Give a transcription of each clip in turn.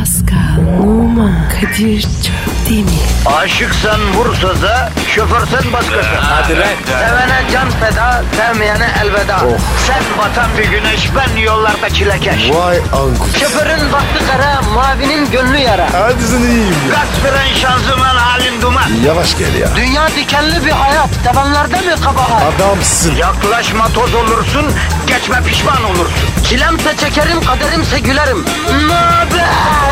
Pascal, Oman, Kadir çok değil mi? Aşıksan vursa da, şoförsen başkasın. Hadi lan. Sevene can feda, sevmeyene elveda. Sen batan bir güneş, ben yollarda çilekeş. Vay anku. Şoförün baktı kara, mavinin gönlü yara. Hadi sen iyiyim ya. Kasperen şanzıman halin duman. Yavaş gel ya. Dünya dikenli bir hayat, sevenlerde mi kabahar? Adamsın. Yaklaşma toz olursun, geçme pişman olursun. Çilemse çekerim, kaderimse gülerim. Möber!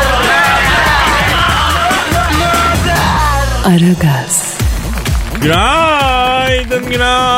Aragaz, Günaydın,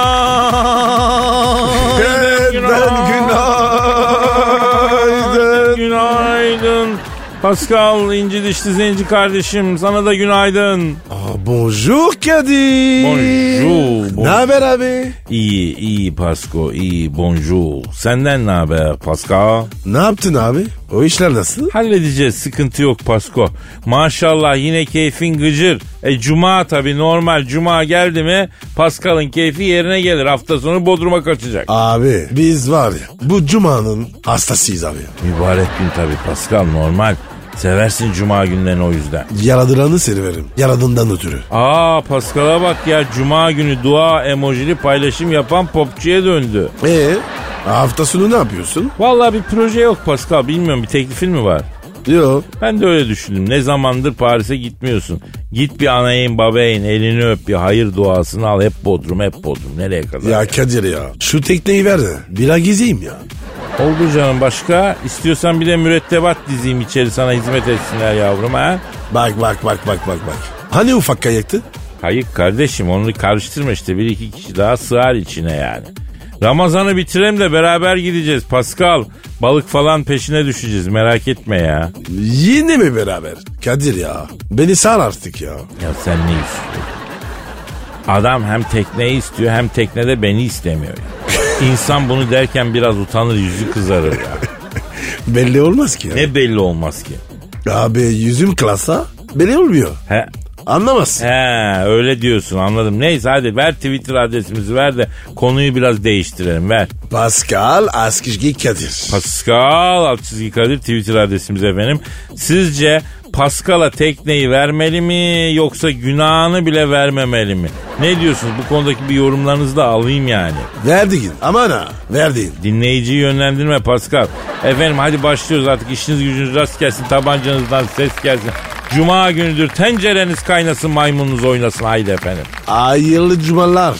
Günaydın. günaydın. Pascal, inci dişli zenci kardeşim, sana da günaydın. Bonjour Kadir. Bonjour. Ne haber abi? İyi Pascal, iyi, bonjour. Senden ne haber Pascal? Ne yaptın abi? O işler nasıl? Halledeceğiz, sıkıntı yok Pascal. Maşallah yine keyfin gıcır. Cuma tabii, normal cuma geldi mi Pascal'ın keyfi yerine gelir. Hafta sonu Bodrum'a kaçacak. Abi biz var ya bu cumanın hastasıyız abi. Mübarek gün tabii Pascal, normal. Seversin cuma günlerini o yüzden. Yaradıranı severim. Yaradından ötürü. Pascal'a bak ya, cuma günü dua emojili paylaşım yapan popçuya döndü. Hafta sonu ne yapıyorsun? Vallahi bir proje yok Pascal, bilmiyorum, bir teklifin mi var? Yok. Ben de öyle düşündüm. Ne zamandır Paris'e gitmiyorsun. Git bir anayın babayın elini öp, bir hayır duasını al. Hep Bodrum. Nereye kadar? Ya Kadir ya şu tekneyi ver de biraz gezeyim ya. Oldu canım, başka? İstiyorsan bir de mürettebat dizeyim içeri, sana hizmet etsinler yavrum ha? Bak. Hani ufak kayaktı? Kayık kardeşim, onu karıştırma işte, bir iki kişi daha sığar içine yani. Ramazan'ı bitirelim de beraber gideceğiz Pascal. Balık falan peşine düşeceğiz, merak etme ya. Yine mi beraber? Kadir ya beni sar artık ya. Ya sen ne istiyorsun? Adam hem tekneyi istiyor hem teknede beni istemiyor. İnsan bunu derken biraz utanır, yüzü kızarır ya. Belli olmaz ki ya. Ne belli olmaz ki? Abi yüzüm klasa belli olmuyor. He. Anlamaz. Öyle diyorsun, anladım. Neyse hadi ver Twitter adresimizi, ver de konuyu biraz değiştirelim, ver. Pascal Askizgi Kadir. Pascal Askizgi Kadir Twitter adresimiz efendim. Sizce Pascal'a tekneyi vermeli mi yoksa günahını bile vermemeli mi? Ne diyorsunuz? Bu konudaki bir yorumlarınızı da alayım yani. Verdin. Aman ha. Verdin. Dinleyiciyi yönlendirme Pascal. Efendim hadi başlıyoruz artık. İşiniz gücünüz rast gelsin. Tabancanızdan ses gelsin. Cuma günüdür. Tencereniz kaynasın, maymununuz oynasın. Haydi efendim. Hayırlı cumalar.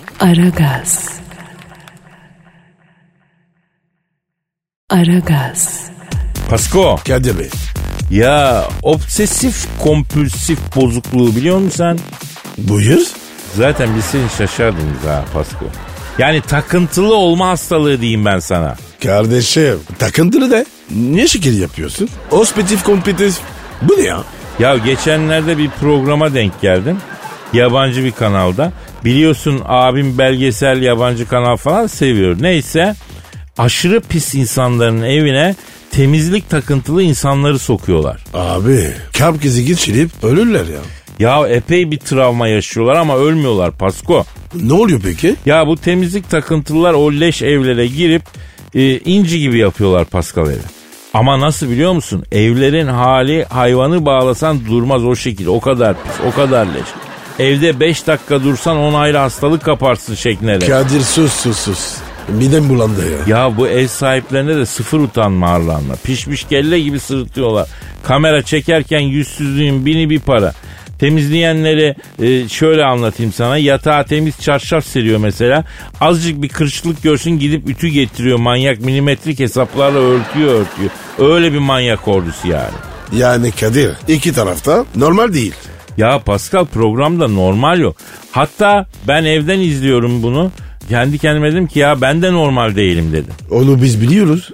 Aragaz. Pasko. Kadir Bey. Ya obsesif kompulsif bozukluğu biliyor musun sen? Buyur. Zaten biz seni şaşardınız ha Pasko. Yani takıntılı olma hastalığı diyeyim ben sana. Kardeşim takıntılı de. Niye şekil yapıyorsun? Ospesif kompetitif. Bu ne ya? Ya geçenlerde bir programa denk geldim. Yabancı bir kanalda. Biliyorsun abim belgesel, yabancı kanal falan seviyor. Neyse aşırı pis insanların evine temizlik takıntılı insanları sokuyorlar. Abi kalp krizi geçirip ölürler ya. Ya epey bir travma yaşıyorlar ama ölmüyorlar Pasko. Ne oluyor peki? Ya bu temizlik takıntılılar o leş evlere girip inci gibi yapıyorlar Pascal evi. Ama nasıl biliyor musun? Evlerin hali, hayvanı bağlasan durmaz o şekil. O kadar pis, o kadar leş. Evde 5 dakika dursan 10 ayrı hastalık kaparsın şeklinde. Kadir sus. Midem bulandı ya. Ya bu ev sahiplerine de sıfır utanma, arlanma. Pişmiş kelle gibi sırıtıyorlar. Kamera çekerken yüzsüzlüğün bini bir para. Temizleyenleri şöyle anlatayım sana. Yatağa temiz çarşaf seriyor mesela. Azıcık bir kırışıklık görsün gidip ütü getiriyor. Manyak milimetrik hesaplarla örtüyor. Öyle bir manyak ordusu yani. Yani Kadir iki tarafta normal değil. Ya Pascal, programda normal yok. Hatta ben evden izliyorum bunu. Kendi kendime dedim ki ya ben de normal değilim dedim. Onu biz biliyoruz.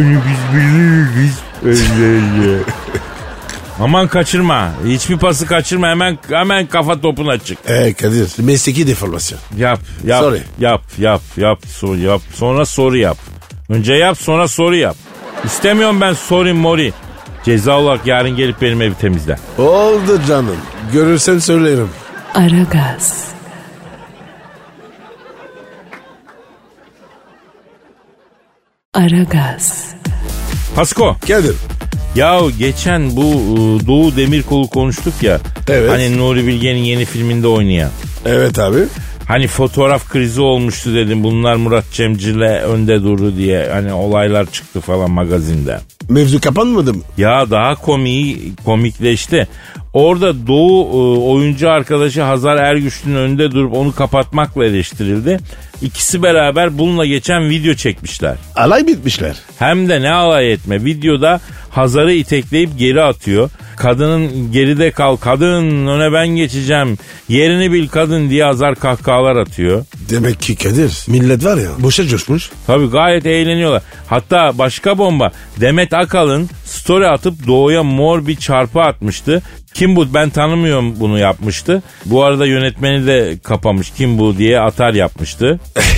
Aman kaçırma. Hiçbir pası kaçırma. Hemen kafa topuna çık. Kadir mesleki deformasyon. Yap. Sorry. Yap. Sonra soru yap. Önce yap, sonra soru yap. İstemiyorum ben sorry mori. Ceza olarak yarın gelip benim evi temizle. Oldu canım. Görürsen söylerim. Aragaz. Pasko. Kadir. Yahu geçen bu Doğu Demirkol'u konuştuk ya. Evet. Hani Nuri Bilge'nin yeni filminde oynayan. Evet abi. Hani fotoğraf krizi olmuştu dedim. Bunlar Murat Cemcir'le önde durdu diye. Hani olaylar çıktı falan magazinde. Mevzu kapanmadı mı? Ya daha komikleşti. Orada Doğu oyuncu arkadaşı Hazar Ergüçlü'nün önünde durup onu kapatmakla eleştirildi. İkisi beraber bununla geçen video çekmişler. Alay bitmişler. Hem de ne alay etme. Videoda Hazar'ı itekleyip geri atıyor. Kadının geride kal, kadın öne ben geçeceğim, yerini bil kadın diye Hazar kahkahalar atıyor. Demek ki Kadir millet var ya boşa coşmuş. Tabii gayet eğleniyorlar. Hatta başka bomba, Demet Akalın story atıp Doğu'ya mor bir çarpı atmıştı. Kim bu, ben tanımıyorum, bunu yapmıştı. Bu arada yönetmeni de kapamış, kim bu diye atar yapmıştı.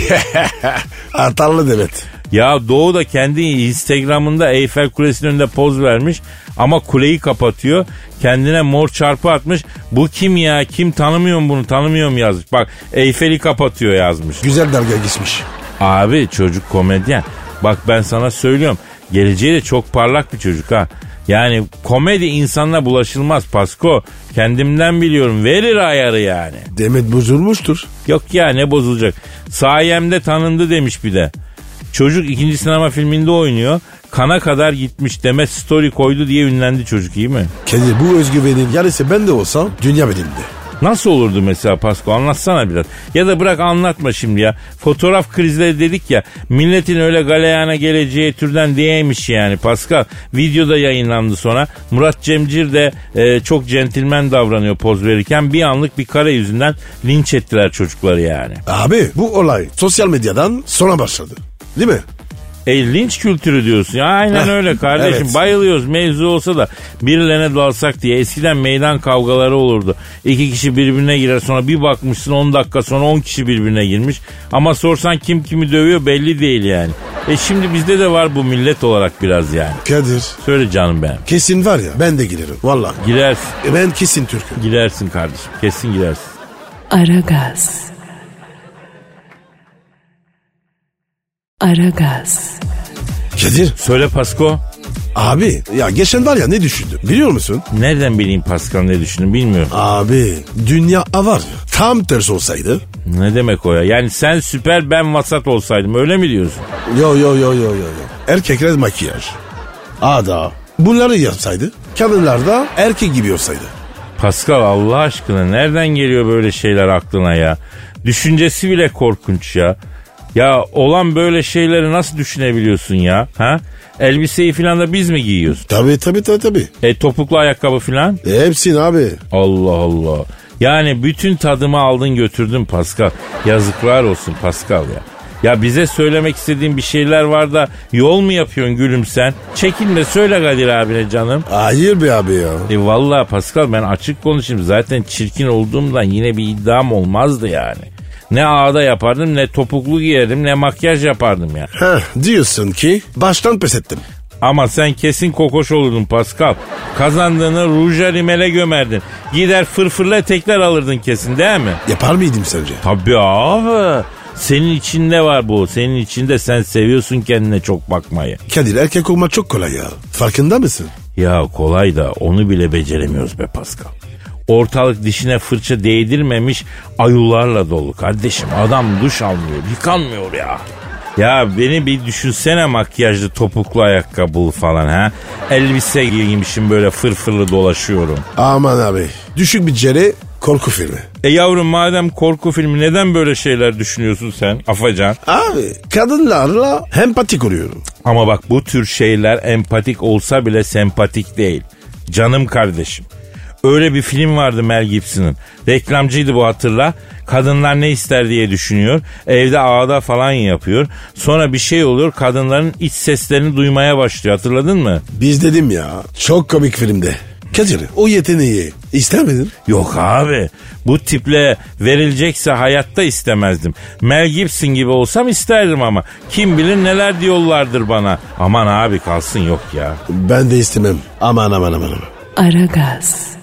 Atarlı Demet. Ya Doğu da kendi Instagram'ında Eyfel Kulesi'nin önünde poz vermiş ama kuleyi kapatıyor. Kendine mor çarpı atmış. Bu kim ya? Kim, tanımıyorum bunu, tanımıyorum yazmış. Bak Eyfel'i kapatıyor yazmış. Güzel dalga geçmiş. Abi çocuk komedyen. Bak ben sana söylüyorum. Geleceği de çok parlak bir çocuk ha. Yani komedi insanla bulaşılmaz Pasko. Kendimden biliyorum. Verir ayarı yani. Demet bozulmuştur. Yok ya, ne bozulacak. Sayemde tanındı demiş bir de. Çocuk 2. sinema filminde oynuyor. Kana kadar gitmiş, Demet story koydu diye ünlendi çocuk, iyi mi? Kadir bu özgüvenin yarısı ben de olsam dünya benimdi. Nasıl olurdu mesela Pasko, anlatsana biraz. Ya da bırak anlatma şimdi ya. Fotoğraf krizleri dedik ya. Milletin öyle galeyana geleceği türden değilmiş yani Pascal. Videoda yayınlandı sonra. Murat Cemcir de çok centilmen davranıyor poz verirken. Bir anlık bir kare yüzünden linç ettiler çocukları yani. Abi bu olay sosyal medyadan sonra başladı. Değil mi? Linç kültürü diyorsun ya, aynen öyle kardeşim. Evet. Bayılıyoruz, mevzu olsa da birilerine dalsak diye. Eskiden meydan kavgaları olurdu. 2 kişi birbirine girer, sonra bir bakmışsın 10 dakika sonra 10 kişi birbirine girmiş. Ama sorsan kim kimi dövüyor belli değil yani. Şimdi bizde de var bu, millet olarak biraz yani. Kadir. Söyle canım benim. Kesin var ya, ben de girerim vallahi. Girersin. Ben kesin Türk'üm. Girersin kardeşim, kesin girersin. Aragaz. Aragaz. Kadir. Söyle Pasko. Abi ya geçen var ya ne düşündüm biliyor musun? Nereden bileyim Pascal ne düşündün, bilmiyorum. Abi dünya var ya tam tersi olsaydı. Ne demek o ya? Yani sen süper, ben vasat olsaydım, öyle mi diyorsun? Yo. Erkekler makyaj, ağda bunları yapsaydı, kadınlar da erkek gibi olsaydı. Pascal Allah aşkına nereden geliyor böyle şeyler aklına ya? Düşüncesi bile korkunç ya. Ya olan böyle şeyleri nasıl düşünebiliyorsun ya? Ha? Elbiseyi falan da biz mi giyiyoruz? Tabii. Topuklu ayakkabı falan? Hepsini abi. Allah Allah. Yani bütün tadımı aldın götürdün Pascal. Yazıklar olsun Pascal ya. Ya bize söylemek istediğin bir şeyler var da yol mu yapıyorsun gülüm sen? Çekinme, söyle Kadir abine canım. Hayır be abi ya. Vallahi Pascal, ben açık konuşayım. Zaten çirkin olduğumdan yine bir iddiam olmazdı yani. Ne ağda yapardım, ne topuklu giyerdim, ne makyaj yapardım ya. Diyorsun ki baştan pes ettim. Ama sen kesin kokoş olurdun Pascal. Kazandığını ruja rimele gömerdin. Gider fırfırla tekler alırdın kesin, değil mi? Yapar mıydım sence? Tabii abi. Senin içinde var bu. Senin içinde, sen seviyorsun kendine çok bakmayı. Kadir, erkek olmak çok kolay ya. Farkında mısın? Ya kolay da onu bile beceremiyoruz be Pascal. Ortalık dişine fırça değdirmemiş ayularla dolu kardeşim. Adam duş almıyor, yıkanmıyor ya. Ya beni bir düşünsene, makyajlı topuklu ayakkabılı falan ha. Elbise giymişim, böyle fırfırlı dolaşıyorum. Aman abi, düşük bütçeli korku filmi. Yavrum, madem korku filmi neden böyle şeyler düşünüyorsun sen afacan? Abi kadınlarla empati kuruyorum. Ama bak, bu tür şeyler empatik olsa bile sempatik değil. Canım kardeşim. Öyle bir film vardı Mel Gibson'ın. Reklamcıydı bu, hatırla. Kadınlar ne ister diye düşünüyor. Evde ağda falan yapıyor. Sonra bir şey oluyor. Kadınların iç seslerini duymaya başlıyor. Hatırladın mı? Biz dedim ya, çok komik filmde. Kadir, o yeteneği ister miydin? Yok abi. Bu tiple verilecekse hayatta istemezdim. Mel Gibson gibi olsam isterdim ama. Kim bilir neler diyorlardır bana. Aman abi, kalsın, yok ya. Ben de istemem. Aman. Aragaz.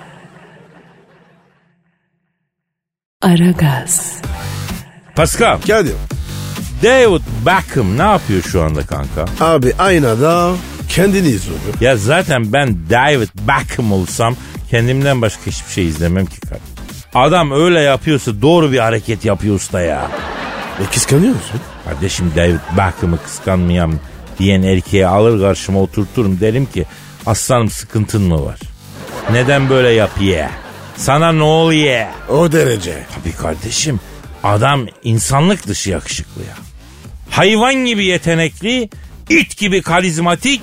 Pascal, Kadir. David Beckham ne yapıyor şu anda kanka? Abi aynada kendini izliyordu. Ya zaten ben David Beckham olsam kendimden başka hiçbir şey izlemem ki kardeşim. Adam öyle yapıyorsa doğru bir hareket yapıyor usta ya. Kıskanıyor musun? Kardeşim David Beckham'ı kıskanmayan diyen erkeğe alır karşıma oturturum, derim ki aslanım sıkıntın mı var? Neden böyle yapıyor? Sana ne oluyor? O derece. Tabii kardeşim, adam insanlık dışı yakışıklı ya. Hayvan gibi yetenekli, it gibi karizmatik.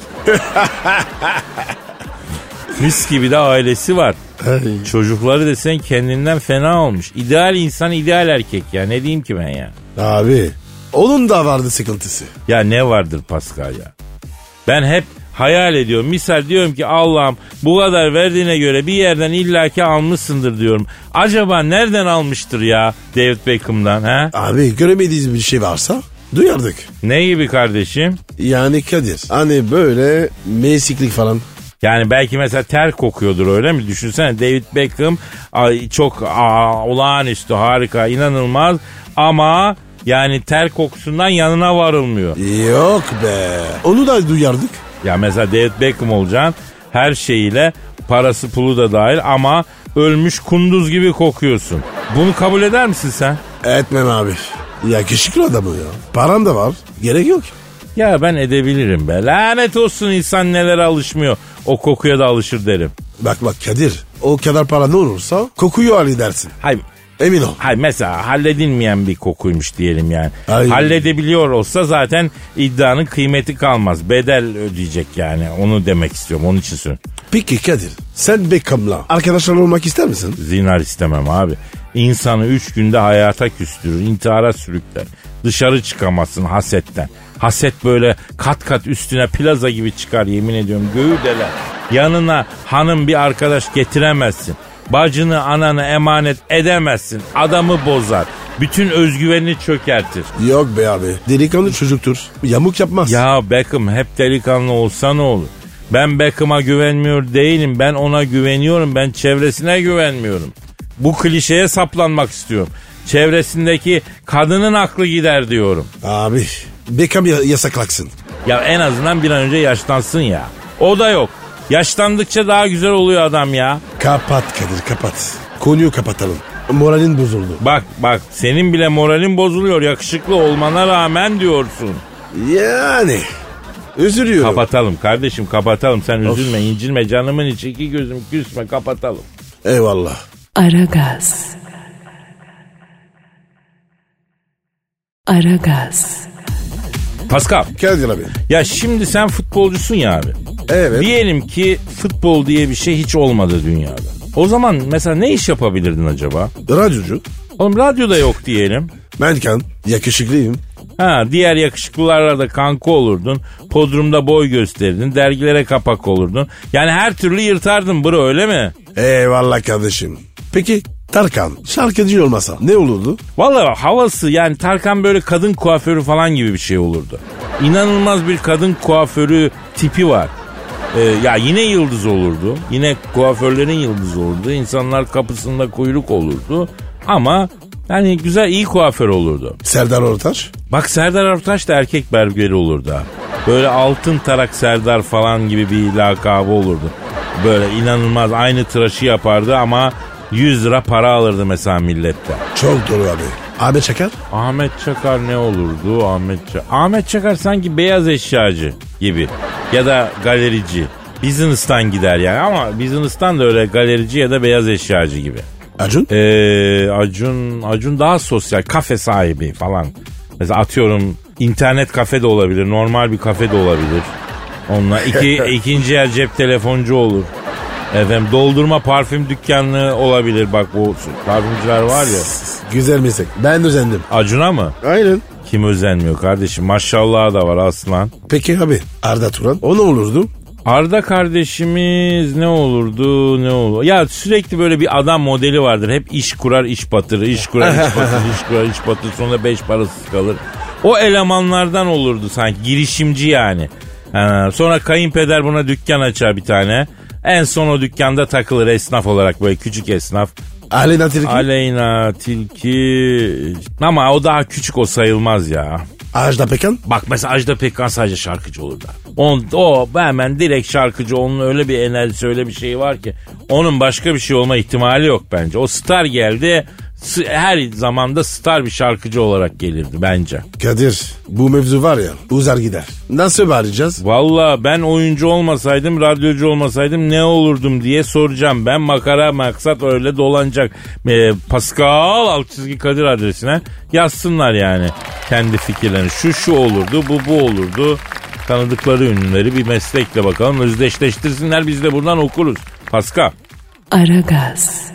Mis gibi de ailesi var. Çocukları desen kendinden fena olmuş. İdeal insan, ideal erkek ya. Ne diyeyim ki ben ya? Abi onun da vardı sıkıntısı. Ya ne vardır Pascal ya? Ben hep hayal ediyorum. Misal diyorum ki Allah'ım bu kadar verdiğine göre bir yerden illaki almışsındır diyorum. Acaba nereden almıştır ya David Beckham'dan ha? Abi göremediğimiz bir şey varsa duyardık. Ne gibi kardeşim? Yani Kadir hani böyle mesiklik falan. Yani belki mesela ter kokuyordur, öyle mi? Düşünsene David Beckham çok olağanüstü, harika, inanılmaz ama yani ter kokusundan yanına varılmıyor. Yok be. Onu da duyardık. Ya mesela David Beckham olacaksın, her şeyiyle, parası pulu da dahil ama ölmüş kunduz gibi kokuyorsun. Bunu kabul eder misin sen? Etmem abi. Yakışıklı adamı ya. Param da var. Gerek yok. Ya ben edebilirim be. Lanet olsun, insan nelere alışmıyor. O kokuya da alışır derim. Bak Kadir. O kadar para ne olursa kokuyu halledersin. Hayır. Emin ol. Hayır, mesela halledilmeyen bir kokuymuş diyelim yani. Ay. Halledebiliyor olsa zaten iddianın kıymeti kalmaz. Bedel ödeyecek yani. Onu demek istiyorum. Onun için söylüyorum. Peki Kadir. Sen Beckham'la arkadaşlar olmak ister misin? Zinhar istemem abi. İnsanı 3 günde hayata küstürür, intihara sürükler. Dışarı çıkamazsın hasetten. Haset böyle kat kat üstüne plaza gibi çıkar, yemin ediyorum. Göğü deler. Yanına hanım bir arkadaş getiremezsin. Bacını ananı emanet edemezsin. Adamı bozar. Bütün özgüvenini çökertir. Yok be abi. Delikanlı çocuktur. Yamuk yapmaz. Ya Beckham hep delikanlı olsa ne olur? Ben Beckham'a güvenmiyor değilim. Ben ona güveniyorum. Ben çevresine güvenmiyorum. Bu klişeye saplanmak istiyorum. Çevresindeki kadının aklı gider diyorum. Abi Beckham yasaklaksın. Ya en azından bir an önce yaşlansın ya. O da yok. Yaşlandıkça daha güzel oluyor adam ya. Kapat Kadir kapat. Konuyu kapatalım. Moralin bozuldu. Bak senin bile moralin bozuluyor yakışıklı olmana rağmen diyorsun. Yani üzülüyorum. Kapatalım kardeşim, kapatalım. Sen üzülme, incilme, canımın içi, iki gözüm küsme, kapatalım. Eyvallah. Aragaz. Aragaz. Pascal. Kadir abi. Ya şimdi sen futbolcusun ya abi. Evet. Diyelim ki futbol diye bir şey hiç olmadı dünyada. O zaman mesela ne iş yapabilirdin acaba? Radyocu. Oğlum radyoda yok diyelim. Menkan. Yakışıklıyım. Diğer yakışıklılarla da kanka olurdun. Podrumda boy gösterirdin. Dergilere kapak olurdun. Yani her türlü yırtardın bro, öyle mi? Eyvallah kardeşim. Peki Tarkan şarkıcı olmasa ne olurdu? Vallahi havası, yani Tarkan böyle kadın kuaförü falan gibi bir şey olurdu. İnanılmaz bir kadın kuaförü tipi var. Ya yine yıldız olurdu. Yine kuaförlerin yıldızı olurdu. İnsanlar kapısında kuyruk olurdu. Ama yani güzel, iyi kuaför olurdu. Serdar Ortaç. Bak Serdar Ortaç da erkek berberi olurdu ha. Böyle altın tarak Serdar falan gibi bir lakabı olurdu. Böyle inanılmaz, aynı tıraşı yapardı ama 100 lira para alırdı mesela milletten. Çok doğru abi. Ahmet Çakar? Ahmet Çakar ne olurdu? Ahmet Çakar sanki beyaz eşyacı gibi ya da galerici. Business'tan gider yani, ama business'tan da öyle galerici ya da beyaz eşyacı gibi. Acun? Acun daha sosyal, kafe sahibi falan. Mesela atıyorum internet kafe de olabilir, normal bir kafe de olabilir. Onunla ikinci el cep telefoncu olur. Efendim doldurma parfüm dükkanı olabilir, bak o parfümcüler var ya. Güzel meslek. Ben özendim. Acun'a mı? Aynen. Kim özenmiyor kardeşim? Maşallah da var aslan. Peki abi Arda Turan o ne olurdu? Arda kardeşimiz ne olurdu? Ya sürekli böyle bir adam modeli vardır. Hep iş kurar, iş batırır, iş kurar, iş batırır, iş kurar, iş batırır. Sonra 5 parasız kalır. O elemanlardan olurdu sanki. Girişimci yani. Sonra kayınpeder buna dükkan açar bir tane. En son o dükkanda takılır esnaf olarak, böyle küçük esnaf. Aleyna Tilki. Ama o daha küçük, o sayılmaz ya. Ajda Pekkan? Bak mesela Ajda Pekkan sadece şarkıcı olurdu. O hemen direkt şarkıcı, onun öyle bir enerjisi, öyle bir şeyi var ki onun başka bir şey olma ihtimali yok bence. O star geldi, her zamanda star bir şarkıcı olarak gelirdi bence. Kadir bu mevzu var ya uzar gider. Nasıl bağıracağız? Valla ben oyuncu olmasaydım, radyocu olmasaydım ne olurdum diye soracağım. Ben makara maksat öyle dolanacak. Pascal _ Kadir adresine yazsınlar yani kendi fikirlerini. Şu olurdu, bu olurdu. Tanıdıkları ünlüleri bir meslekle bakalım özdeşleştirsinler, biz de buradan okuruz. Pascal. Aragaz.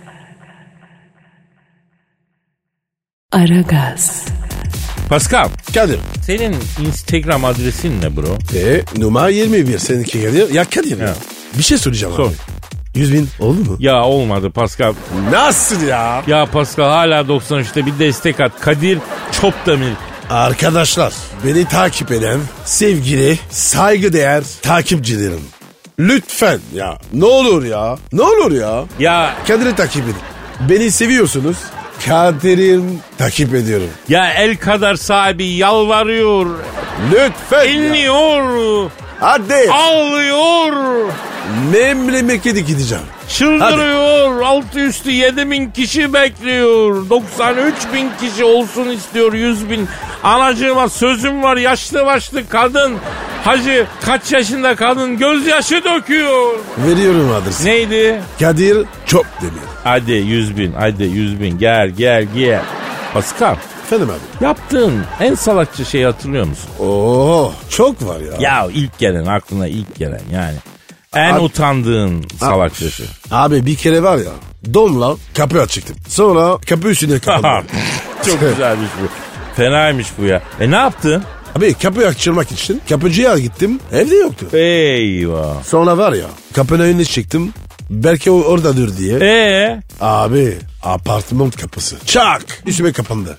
Aragaz. Pascal, Kadir. senin Instagram adresin ne bro? Numara 21 seninki Kadir. Ya Kadir ya. Bir şey soracağım Sor. abi. 100.000 oldu mu? Ya olmadı Pascal. Nasıl ya? Ya Pascal hala 93'te bir destek at. Kadir Çopdemir. Arkadaşlar beni takip eden sevgili saygıdeğer takipçilerim. Lütfen ya ne olur ya ne olur ya. Ya Kadir'i takip edin. Beni seviyorsunuz. Kadir'im takip ediyorum. ya el kadar sahibi yalvarıyor. Lütfen ya. İnliyor. Hadi. Ağlıyor. Memlekete gideceğim. Çıldırıyor. Altı üstü 7.000 kişi bekliyor. 93.000 kişi olsun istiyor, 100.000. Anacığıma sözüm var, yaşlı başlı kadın. Hacı kaç yaşında kadın gözyaşı döküyor. Veriyorum adresi. Neydi? Kadir Çopdemir. Hadi 100.000, hadi 100.000, gel. Pascal, Efendim abi. yaptığın en salakça şeyi hatırlıyor musun? Oo çok var ya. Ya aklına ilk gelen yani. En Abi- utandığın salakça şey. Abi bir kere var ya donla kapı açıktım. Sonra kapı üstüne kapadım. Çok güzelmiş bu. Fenaymış bu ya. Ne yaptın? Abi kapıyı açılmak için kapıcıya gittim. Evde yoktu. Eyvah. Sonra var ya kapının önüne çıktım. Belki o oradadır diye. Abi apartman kapısı. Çak üstüme kapandı.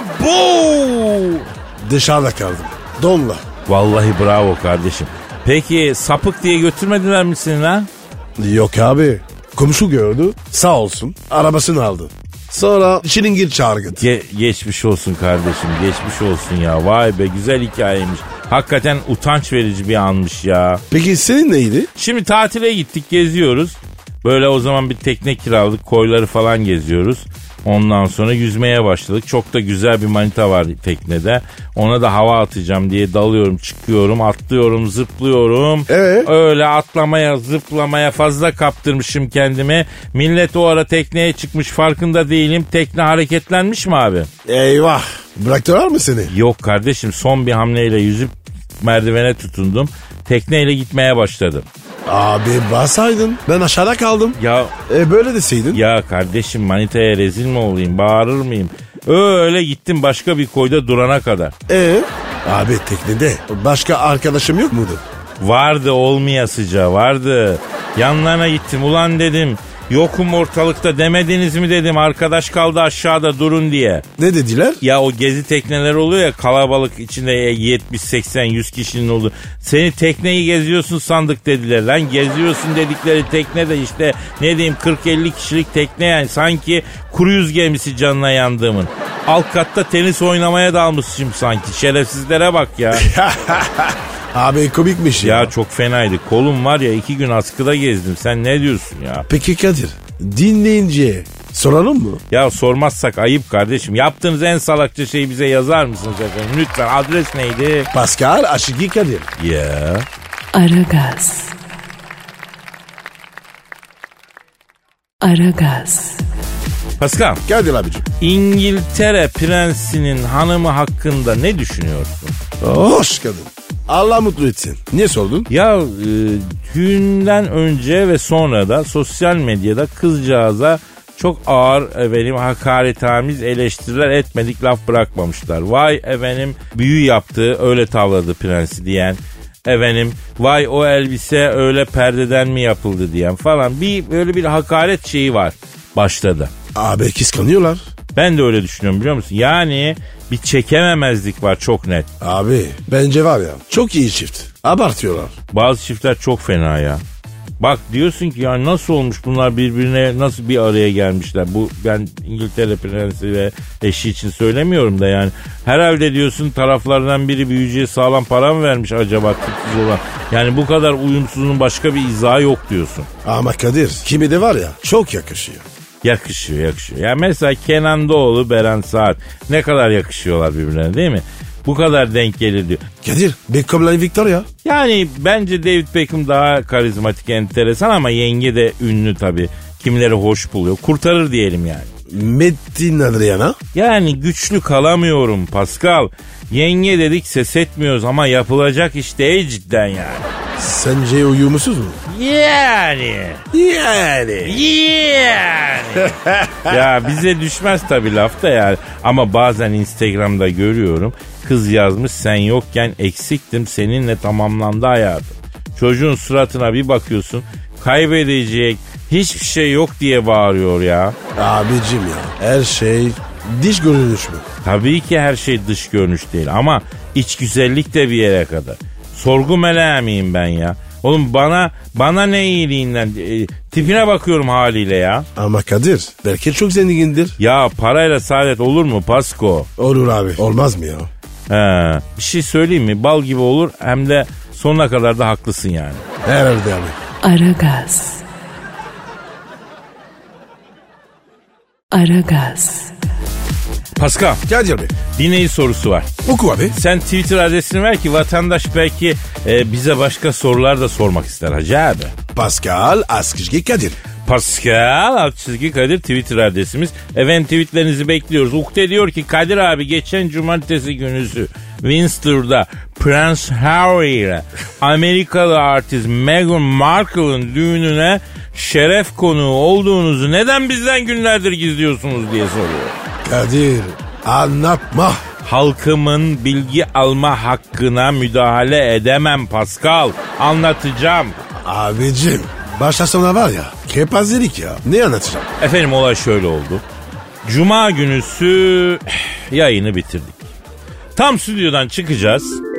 Abo! Dışarıda kaldım. Donla. Vallahi bravo kardeşim. Peki sapık diye götürmediler mi seni lan? Yok abi. Komşu gördü. Sağ olsun. Arabasını aldı. Sonra çilingir çağırdı. Geçmiş olsun kardeşim, geçmiş olsun ya. Vay be, güzel hikayeymiş. Hakikaten utanç verici bir anmış ya. Peki senin neydi? Şimdi tatile gittik, geziyoruz. Böyle o zaman bir tekne kiraladık, koyları falan geziyoruz. Ondan sonra yüzmeye başladık. Çok da güzel bir manita var teknede. Ona da hava atacağım diye dalıyorum, çıkıyorum, atlıyorum, zıplıyorum. Öyle atlamaya, zıplamaya fazla kaptırmışım kendimi. Millet o ara tekneye çıkmış, farkında değilim. Tekne hareketlenmiş mi abi? Eyvah. Bıraktılar mı seni? Yok kardeşim, son bir hamleyle yüzüp merdivene tutundum. Tekneyle gitmeye başladım. Abi basaydın. Ben aşağıda kaldım. Ya Böyle deseydin. ya kardeşim, manitaya rezil mi olayım, bağırır mıyım? Öyle gittim başka bir koyda durana kadar. Abi teknede başka arkadaşım yok muydu? Vardı, olmayasıca vardı. Yanlarına gittim, ulan dedim. Yokum ortalıkta demediniz mi dedim, arkadaş kaldı aşağıda durun diye. Ne dediler? Ya o gezi tekneleri oluyor ya, kalabalık içinde 70, 80, 100 kişinin olduğu. Seni tekneyi geziyorsun sandık dediler. Lan geziyorsun dedikleri tekne de işte ne diyeyim 40-50 kişilik tekne yani. Sanki kruz gemisi canına yandığımın. Alt katta tenis oynamaya dalmışım sanki. Şerefsizlere bak ya. Abi komikmiş ya. Ya çok fenaydı. Kolum var ya, 2 gün askıda gezdim. Sen ne diyorsun ya? Peki Kadir dinleyince soralım mı? Ya sormazsak ayıp kardeşim. Yaptığınız en salakça şeyi bize yazar mısınız efendim? Lütfen, adres neydi? Pascal Aşıkı Kadir. Ya. Aragaz. Aragaz. Pascal, Kadir abicim. İngiltere prensinin hanımı hakkında ne düşünüyorsun? Hoş kadın. Allah mutlu etsin. Niye sordun? Ya düğünden önce ve sonra da sosyal medyada kızcağıza çok ağır hakaretamiz eleştiriler etmedik laf bırakmamışlar. Vay büyü yaptı, öyle tavladı prensi diyen. Vay o elbise öyle perdeden mi yapıldı diyen falan. Böyle bir hakaret şeyi var başladı. Abi kıskanıyorlar. Ben de öyle düşünüyorum, biliyor musun? Yani bir çekememezlik var, çok net. Abi bence var ya çok iyi çift. Abartıyorlar. Bazı çiftler çok fena ya. Bak diyorsun ki ya nasıl olmuş bunlar birbirine nasıl bir araya gelmişler. Bu ben İngiltere prensi ve eşi için söylemiyorum da yani. Herhalde diyorsun taraflardan biri büyücüye sağlam para mı vermiş acaba tipsiz olan. Yani bu kadar uyumsuzluğun başka bir izahı yok diyorsun. Ama Kadir kimi de var ya çok yakışıyor. Yakışıyor. Ya mesela Kenan Doğulu, Beren Saat ne kadar yakışıyorlar birbirlerine değil mi? Bu kadar denk gelir diyor. Kadir Beckham'la Victoria. Yani bence David Beckham daha karizmatik, enteresan ama yenge de ünlü tabii. Kimileri hoş buluyor. Kurtarır diyelim yani. Metin Adriana. Yani güçlü kalamıyorum Pascal. Yenge dedik ses etmiyoruz ama yapılacak iş değil cidden yani. Sence uyumsuz mu? Yani. Ya bize düşmez tabii laf da yani. Ama bazen Instagram'da görüyorum. Kız yazmış sen yokken eksiktim seninle tamamlandı hayatım. Çocuğun suratına bir bakıyorsun kaybedecek hiçbir şey yok diye bağırıyor ya. Abicim ya her şey diş görünüş mü? Tabii ki her şey dış görünüş değil ama iç güzellik de bir yere kadar. Sorgu meleği miyim ben ya? Oğlum bana ne iyiliğinden tipine bakıyorum haliyle ya. Ama Kadir belki çok zengindir. Ya parayla saadet olur mu Pasko? Olur abi olmaz mı ya? He, bir şey söyleyeyim mi? Bal gibi olur hem de sonuna kadar da haklısın yani. Herhalde abi. Aragaz. Pascal, Kadir Bey dinleyici sorusu var. oku abi. Sen Twitter adresini ver ki vatandaş belki bize başka sorular da sormak ister Hacı abi. Pascal Askışki Kadir. Pascal _Kadir Twitter adresimiz. Efendim tweetlerinizi bekliyoruz. Ukde diyor ki Kadir abi geçen cumartesi günüsü Windsor'da Prince Harry ile Amerikalı artist Meghan Markle'ın düğününe şeref konuğu olduğunuzu neden bizden günlerdir gizliyorsunuz diye soruyor. Kadir anlatma. Halkımın bilgi alma hakkına müdahale edemem Pascal. Anlatacağım. Abicim başta sona var ya kepazelik ya. Ne anlatacağım? Efendim olay şöyle oldu. Cuma günüsü yayını bitirdik. Tam stüdyodan çıkacağız.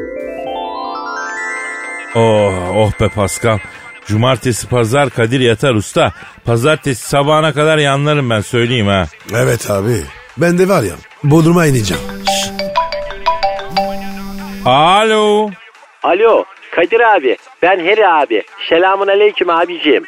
Oh be Pascal. Cumartesi pazar Kadir yatar usta. Pazartesi sabahına kadar yanlarım ben söyleyeyim ha. Evet abi. Ben de var ya Bodrum'a ineceğim. Alo. Alo Kadir abi ben Harry abi. Selamun aleyküm abicim.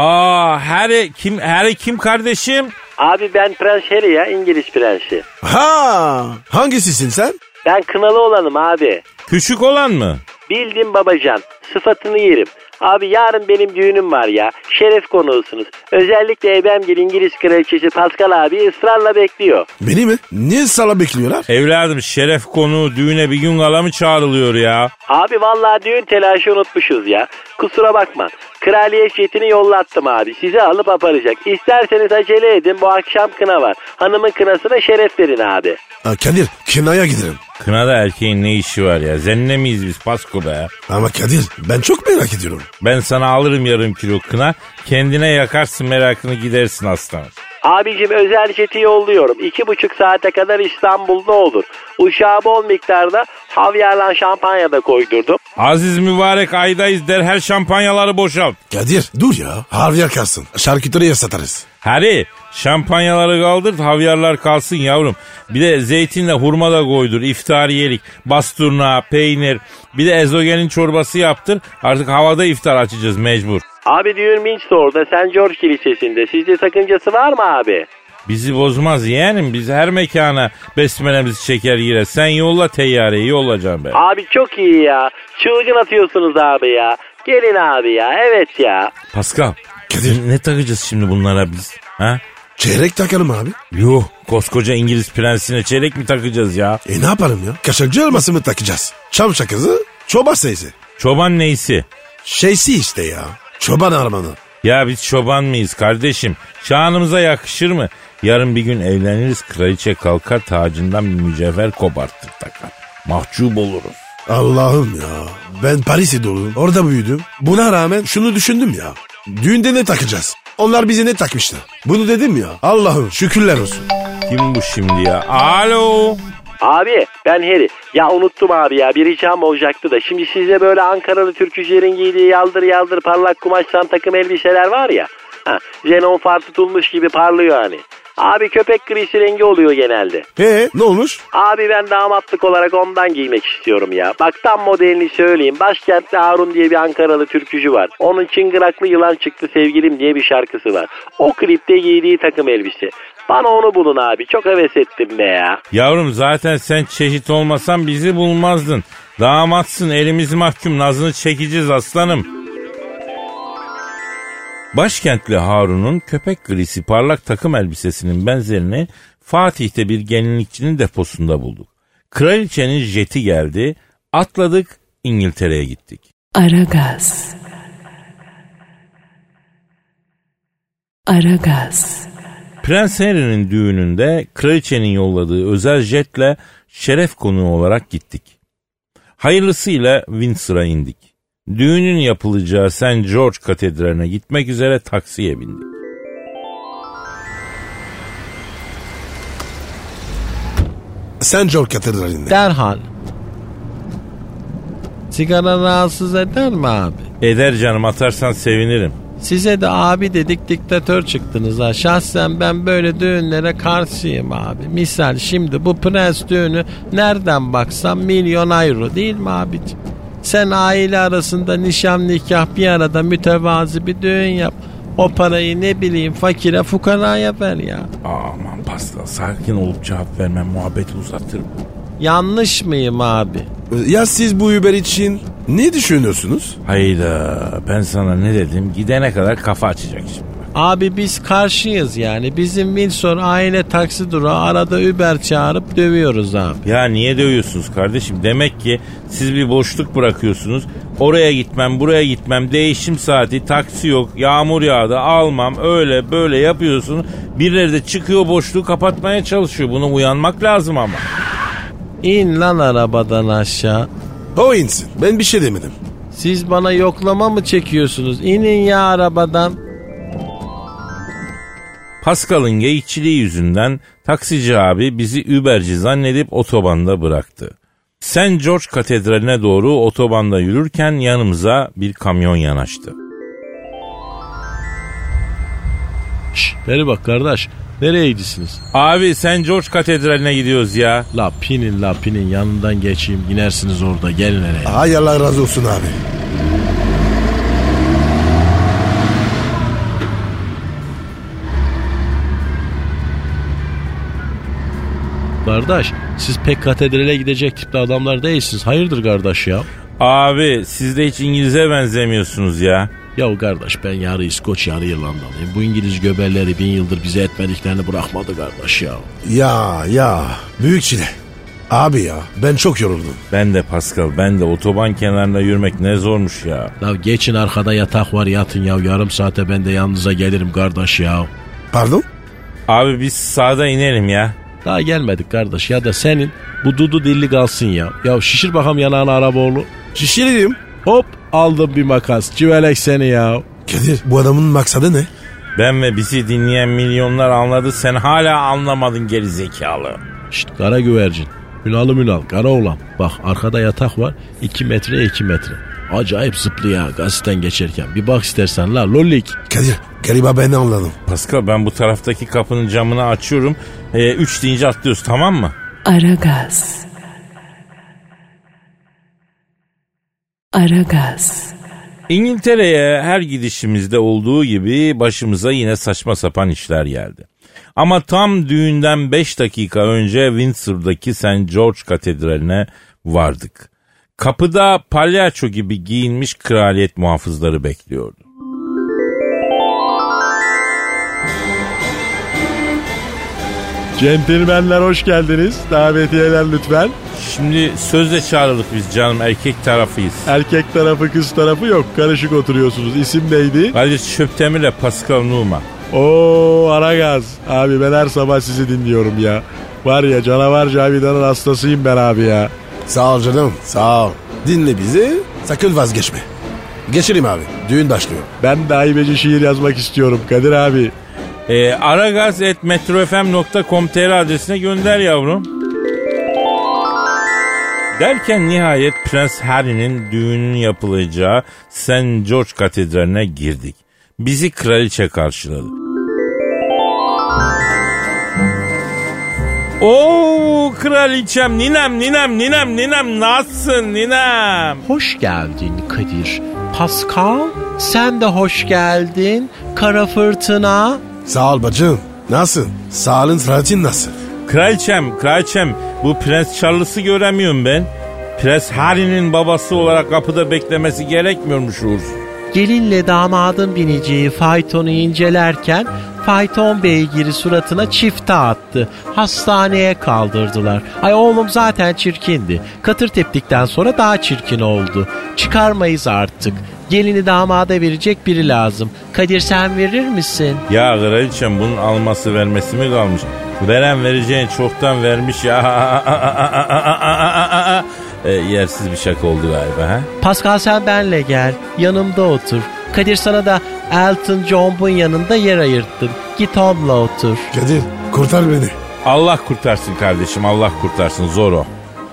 Harry kim kardeşim? Abi ben Prens Harry ya İngiliz prensi. Ha, hangisisin sen? Ben kınalı olanım abi. Küçük olan mı? Bildim babacan sıfatını yerim. Abi yarın benim düğünüm var ya. Şeref konuğusunuz. Özellikle Ebemgil İngiliz kraliçesi Pascal abi ısrarla bekliyor. Beni mi? Niye sala bekliyorlar? Evladım şeref konuğu düğüne bir gün kala mı çağrılıyor ya? Abi vallahi düğün telaşı unutmuşuz ya. Kusura bakma. Kraliyet jetini yollattım abi. Sizi alıp aparacak. İsterseniz acele edin. Bu akşam kına var. Hanımın kınasına şeref verin abi. Kadir kınaya giderim. Kınada erkeğin ne işi var ya? Zenne miyiz biz Pasko be? Ama Kadir ben çok merak ediyorum. Ben sana alırım yarım kilo kına. Kendine yakarsın merakını gidersin aslanım. Abicim özel jeti yolluyorum. 2,5 saate kadar İstanbul'da olur. Uşağı bol miktarda havyarla şampanya da koydurdum. Aziz mübarek aydayız derhal şampanyaları boşalt. Kadir dur ya. Havyar kalsın. Şarküteriye satarız. Harry şampanyaları kaldır havyarlar kalsın yavrum. Bir de zeytinle hurma da koydur iftariyelik. Basturna, peynir bir de ezogelin çorbası yaptır. Artık havada iftar açacağız mecbur. Abi düğün Windsor'da St. George Kilisesi'nde. Sizde sakıncası var mı abi? Bizi bozmaz yeğenim. Biz her mekana besmelemizi çeker yine. Sen yolla teyyareyi yollayacağım ben. Abi çok iyi ya. Çılgın atıyorsunuz abi ya. Gelin abi ya. Evet ya. Pascal. Kadir. Ne takacağız şimdi bunlara biz? Ha? Çeyrek takalım abi. Yuh koskoca İngiliz prensine çeyrek mi takacağız ya? Ne yapalım ya? Kaşıkçı elması mı takacağız? Çam şakası, çoban seyisi. Çoban neysi? Şeysi işte ya. Çoban armanı. Ya biz çoban mıyız kardeşim? Şanımıza yakışır mı? Yarın bir gün evleniriz kraliçe kalkar tacından bir mücevher kopartır takar. Mahcup oluruz. Allah'ım ya. Ben Paris'e doğdum. Orada büyüdüm. Buna rağmen şunu düşündüm ya. Düğünde ne takacağız? Onlar bize ne takmışlar? Bunu dedim ya. Allah'ım şükürler olsun. Kim bu şimdi ya? Alo. Abi ben Harry. Ya unuttum abi ya, bir ricam olacaktı da. Şimdi sizde böyle Ankaralı türkücülerin giydiği yaldır parlak kumaştan takım elbiseler var ya. Xenon far tutulmuş gibi parlıyor hani. Abi köpek grisi rengi oluyor genelde. Ne olmuş? Abi ben damatlık olarak ondan giymek istiyorum ya. Bak tam modelini söyleyeyim. Başkentte Harun diye bir Ankaralı türkücü var. Onun çıngıraklı yılan çıktı sevgilim diye bir şarkısı var. O klipte giydiği takım elbise. Bana onu bulun abi. Çok heves ettim be ya. Yavrum zaten sen çeşit olmasan bizi bulmazdın. Damatsın, elimiz mahkum, nazını çekeceğiz aslanım. Başkentli Harun'un köpek grisi parlak takım elbisesinin benzerini Fatih'te bir gelinlikçinin deposunda bulduk. Kraliçenin jeti geldi, atladık, İngiltere'ye gittik. Aragaz. Prens Harry'nin düğününde kraliçenin yolladığı özel jetle şeref konuğu olarak gittik. Hayırlısıyla Windsor'a indik. Düğünün yapılacağı St. George Katedrali'ne gitmek üzere taksiye bindik. St. George Katedrali'nde. Derhal. Sigara rahatsız eder mi abi? Eder canım, atarsan sevinirim. Size de abi dedik, diktatör çıktınız ha. Şahsen ben böyle düğünlere karşıyım abi. Misal şimdi bu prens düğünü nereden baksam €1.000.000 değil mi abiciğim? Sen aile arasında nişan nikah bir arada mütevazi bir düğün yap. O parayı ne bileyim fakire fukaraya ver ya. Aman Pascal, sakin olup cevap vermem, muhabbeti uzatırım. Yanlış mıyım abi? Ya siz bu Uber için ne düşünüyorsunuz? Hayda, ben sana ne dedim? Gidene kadar kafa açacak şimdi. Abi biz karşıyız yani. Bizim Windsor aile taksi durağı arada Uber çağırıp dövüyoruz abi. Ya niye dövüyorsunuz kardeşim? Demek ki siz bir boşluk bırakıyorsunuz. Oraya gitmem, buraya gitmem, değişim saati, taksi yok, yağmur yağdı, almam, öyle böyle yapıyorsunuz. Birileri de çıkıyor, boşluğu kapatmaya çalışıyor. Buna uyanmak lazım ama. İn lan arabadan aşağı. O insin. Ben bir şey demedim. Siz bana yoklama mı çekiyorsunuz? İnin ya arabadan. Pascal'ın geyikçiliği yüzünden taksici abi bizi Uberci zannedip otobanda bıraktı. St. George Katedrali'ne doğru otobanda yürürken yanımıza bir kamyon yanaştı. Beri bak kardeş, nereye gidiyorsunuz? Abi St. George Katedrali'ne gidiyoruz ya. La pinin yanından geçeyim, inersiniz orada, gelin nereye? Ay Allah razı olsun abi. Kardeş, siz pek katedrale gidecek tipte adamlar değilsiniz. Hayırdır kardeş ya? Abi siz de hiç İngiliz'e benzemiyorsunuz ya. Ya kardeş, ben yarı İskoç yarı İrlandalıyım. Bu İngiliz göberleri 1000 yıldır bize etmediklerini bırakmadı kardeş ya. Ya büyük çile. Abi ya ben çok yoruldum. Ben de Pascal, ben de otoban kenarında yürümek ne zormuş ya. Ya geçin, arkada yatak var, yatın ya. Yarım saate ben de yanınıza gelirim kardeş ya. Pardon? Abi biz sağda inelim ya. Daha gelmedik kardeş, ya da senin bu dudu dilli kalsın ya. Ya şişir bakalım yanağını Araboğlu. Şişireyim. Hop, aldım bir makas. Civelek seni ya. Kadir, bu adamın maksadı ne? Ben ve bizi dinleyen milyonlar anladı, sen hala anlamadın gerizekalı. Şşt kara güvercin. Ünal kara oğlan. Bak arkada yatak var, 2 metre 2 metre. Acayip zıplıyor ya gazetten geçerken. Bir bak istersen la lollik. Kadir galiba ben de anladım. Pascal, ben bu taraftaki kapının camını açıyorum. 3 deyince atlıyoruz, tamam mı? Aragaz. İngiltere'ye her gidişimizde olduğu gibi başımıza yine saçma sapan işler geldi. Ama tam düğünden 5 dakika önce Windsor'daki St. George Katedrali'ne vardık. Kapıda palyaço gibi giyinmiş kraliyet muhafızları bekliyordu. Centilmenler hoş geldiniz. Davetiyeler lütfen. Şimdi sözle çağrıldık biz canım, erkek tarafıyız. Erkek tarafı kız tarafı yok. Karışık oturuyorsunuz. İsim neydi? Kadir Çöptemir'le Pascal Numa. Oo Aragaz. Abi ben her sabah sizi dinliyorum ya. Var ya canavar Cavidan'ın hastasıyım ben abi ya. Sağ ol canım, sağ ol. Dinle bizi, sakın vazgeçme. Geçelim abi, düğün başlıyor. Ben de haybeci şiir yazmak istiyorum Kadir abi. Aragaz@metrofm.com.tr adresine gönder yavrum. Derken nihayet Prens Harry'nin düğünün yapılacağı St. George Katedrali'ne girdik. Bizi kraliçe karşıladı. Oo kraliçem, ninem nasılsın ninem? Hoş geldin Kadir. Pascal, sen de hoş geldin. Kara fırtına. Sağ ol bacım. Nasıl? Sağlığın sıhhatin nasıl? Kraliçem bu Prens Charles'ı göremiyorum ben. Prens Harry'nin babası olarak kapıda beklemesi gerekmiyormuş uğursuz. Gelinle damadın bineceği faytonu incelerken fayton beygiri suratına çifte attı. Hastaneye kaldırdılar. Ay oğlum zaten çirkindi. Katır teptikten sonra daha çirkin oldu. Çıkarmayız artık. Gelini damada verecek biri lazım. Kadir sen verir misin? Ya kraliçem bunun alması vermesi mi kalmış? Veren vereceğini çoktan vermiş ya. Yersiz bir şaka oldu galiba ha? Pascal sen benle gel. Yanımda otur. Kadir sana da Elton John'un yanında yer ayırttım. Git onunla otur. Kadir kurtar beni. Allah kurtarsın kardeşim, Allah kurtarsın, zor o.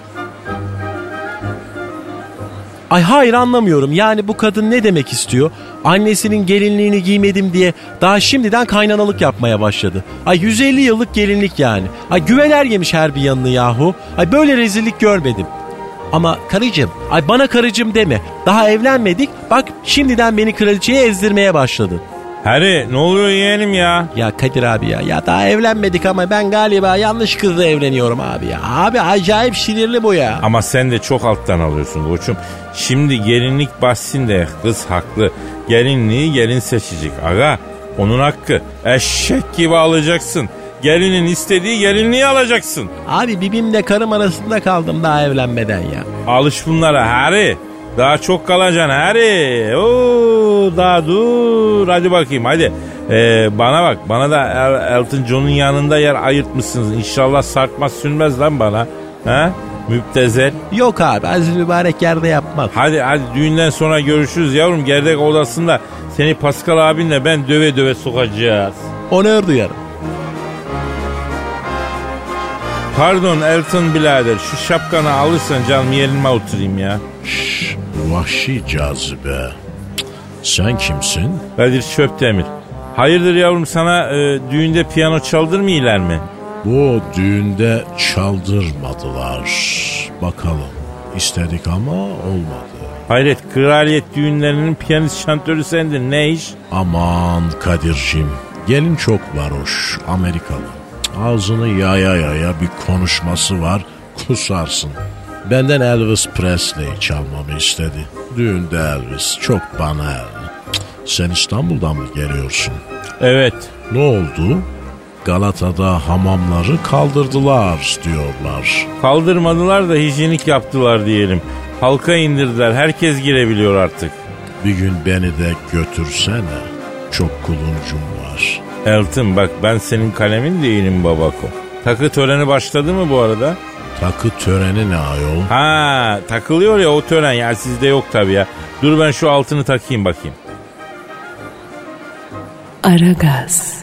Ay hayır anlamıyorum. Yani bu kadın ne demek istiyor? Annesinin gelinliğini giymedim diye daha şimdiden kaynanalık yapmaya başladı. Ay 150 yıllık gelinlik yani. Ay güveler yemiş her bir yanını yahu. Ay böyle rezillik görmedim. Ama karıcığım, ay bana karıcığım deme. Daha evlenmedik. Bak şimdiden beni kraliçeye ezdirmeye başladın. Harry ne oluyor yeğenim ya? Ya Kadir abi ya daha evlenmedik ama ben galiba yanlış kızla evleniyorum abi ya. Abi acayip sinirli bu ya. Ama sen de çok alttan alıyorsun koçum. Şimdi gelinlik bahsinde kız haklı. Gelinliği gelin seçecek aga. Onun hakkı. Eşek gibi alacaksın. Gelinin istediği gelinliği alacaksın. Abi bibimle karım arasında kaldım daha evlenmeden ya. Alış bunlara Harry. Daha çok kalacaksın Harry. Oo, daha dur. Hadi bakayım hadi. Bana bak. Bana da Elton John'un yanında yer ayırtmışsınız. İnşallah sarkmaz sünmez lan bana. Ha? Müptezel. Yok abi aziz mübarek yerde yapmaz. Hadi düğünden sonra görüşürüz yavrum. Gerdek odasında seni Pascal abinle ben döve döve sokacağız. Onur duyarım. Pardon Elton birader, şu şapkanı alırsan canım yerime oturayım ya. Vahşi cazibe. Sen kimsin? Kadir Çöptemir. Hayırdır yavrum, sana düğünde piyano çaldırmıyorlar mı? Bu düğünde çaldırmadılar. Bakalım. İstedik ama olmadı. Hayret, kraliyet düğünlerinin piyanist şantörü sendin, ne iş? Aman Kadir'cim, gelin çok varoş, Amerikalı. Ağzını yaya bir konuşması var, kusarsın. Benden Elvis Presley çalmamı istedi. Düğünde Elvis, çok banal. Sen İstanbul'dan mı geliyorsun? Evet. Ne oldu? Galata'da hamamları kaldırdılar diyorlar. Kaldırmadılar da hijyenik yaptılar diyelim. Halka indirdiler, herkes girebiliyor artık. Bir gün beni de götürsene. Çok kuluncum var. Elton bak, ben senin kalemin değilim babako. Takı töreni başladı mı bu arada? Takı töreni ne ayol? Ha, takılıyor ya o tören ya, sizde yok tabii ya. Dur ben şu altını takayım bakayım. Aragaz.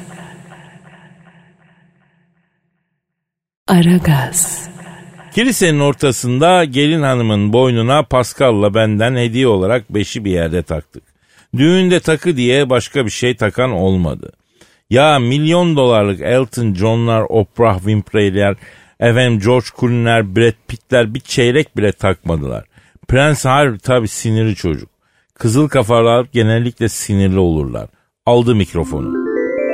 Aragaz. Kilisenin ortasında gelin hanımın boynuna Pascal'la benden hediye olarak beşi bir yerde taktık. Düğünde takı diye başka bir şey takan olmadı. Ya milyon dolarlık Elton John'lar, Oprah Winfrey'ler, George Clooney'ler, Brad Pitt'ler bir çeyrek bile takmadılar. Prens Harry tabi sinirli çocuk. Kızıl kafalar genellikle sinirli olurlar. Aldı mikrofonu.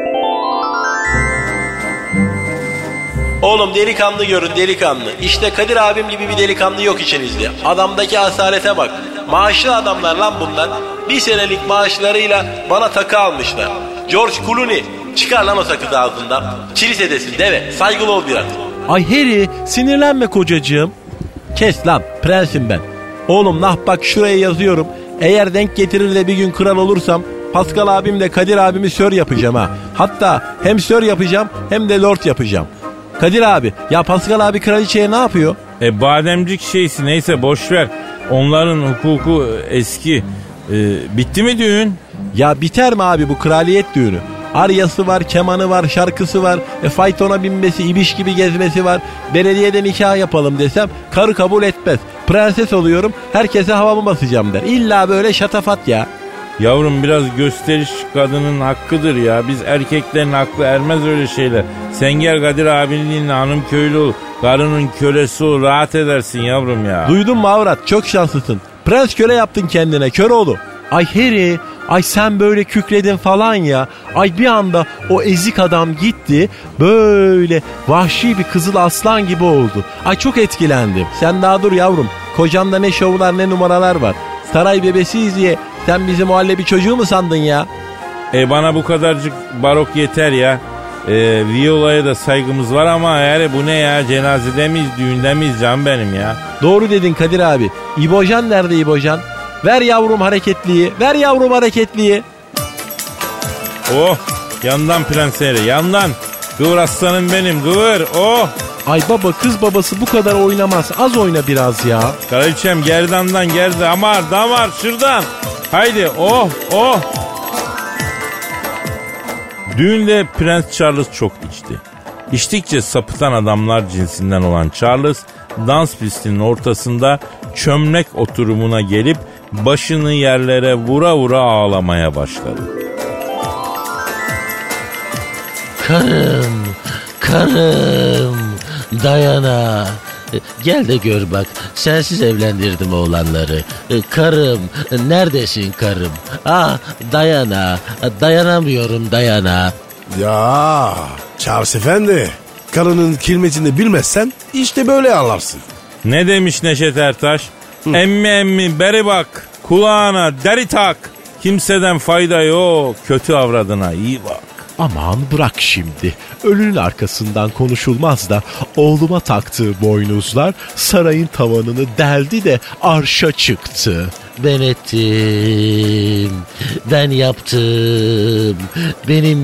Oğlum delikanlı görün delikanlı. İşte Kadir abim gibi bir delikanlı yok içinizde. Adamdaki asarete bak. Maaşlı adamlar lan bunlar. Bir senelik maaşlarıyla bana takı almışlar. George Clooney, çıkar lan o sakızı ağzından. Kilisedesin deve, saygılı ol biraz. Ay Harry sinirlenme kocacığım. Kes lan, prensim ben. Oğlum nah bak şuraya yazıyorum. Eğer denk getirir de bir gün kral olursam Pascal abimle Kadir abimi sör yapacağım ha. Hatta hem sör yapacağım hem de lord yapacağım. Kadir abi, ya Pascal abi kraliçeye ne yapıyor? Bademcik şeysi neyse boşver. Onların hukuku eski. Bitti mi düğün? Ya biter mi abi bu kraliyet düğünü? Aryası var, kemanı var, şarkısı var. Faytona binmesi, ibiş gibi gezmesi var. Belediyede nikah yapalım desem karı kabul etmez. Prenses oluyorum, herkese havamı basacağım der. İlla böyle şatafat ya. Yavrum biraz gösteriş kadının hakkıdır ya. Biz erkeklerin aklı ermez öyle şeyler. Sen gel Kadir abinin dinle, hanım köylü ol. Karının kölesi ol, rahat edersin yavrum ya. Duydun mu avrat, çok şanslısın. Prens köle yaptın kendine, Köroğlu. Ay Harry, ay sen böyle kükredin falan ya. Ay bir anda o ezik adam gitti, böyle vahşi bir kızıl aslan gibi oldu. Ay çok etkilendim. Sen daha dur yavrum. Kocanda ne şovlar ne numaralar var. Saray bebesiyiz diye sen bizi muhallebi çocuğu mu sandın ya? Bana bu kadarcık barok yeter ya. Viola'ya da saygımız var ama yani bu ne ya, cenazede miyiz, düğünde miyiz canım benim ya. Doğru dedin Kadir abi. İbocan nerede İbocan? Ver yavrum hareketliyi, ver yavrum hareketliyi. Oh, yandan Prens Harry, yandan. Kıvır aslanım benim, kıvır, oh. Ay baba, kız babası bu kadar oynamaz, az oyna biraz ya. Kraliçem gerdandan gerdi, damar şuradan. Haydi, oh. Düğünde Prens Charles çok içti. İçtikçe sapıtan adamlar cinsinden olan Charles, dans pistinin ortasında çömlek oturumuna gelip başını yerlere vura vura ağlamaya başladı. Karım, Dayana. Gel de gör bak, sensiz evlendirdim oğlanları. Karım, neredesin karım? Dayana, dayanamıyorum Dayana. Ya Charles Efendi, karının kelimetini bilmezsen işte böyle ağlarsın. Ne demiş Neşet Ertaş? Emmi beri bak, kulağına deri tak. Kimseden fayda yok, kötü avradına iyi bak. Aman bırak şimdi. Ölünün arkasından konuşulmaz da oğluma taktığı boynuzlar sarayın tavanını deldi de arşa çıktı. Ben ettim, ben yaptım, benim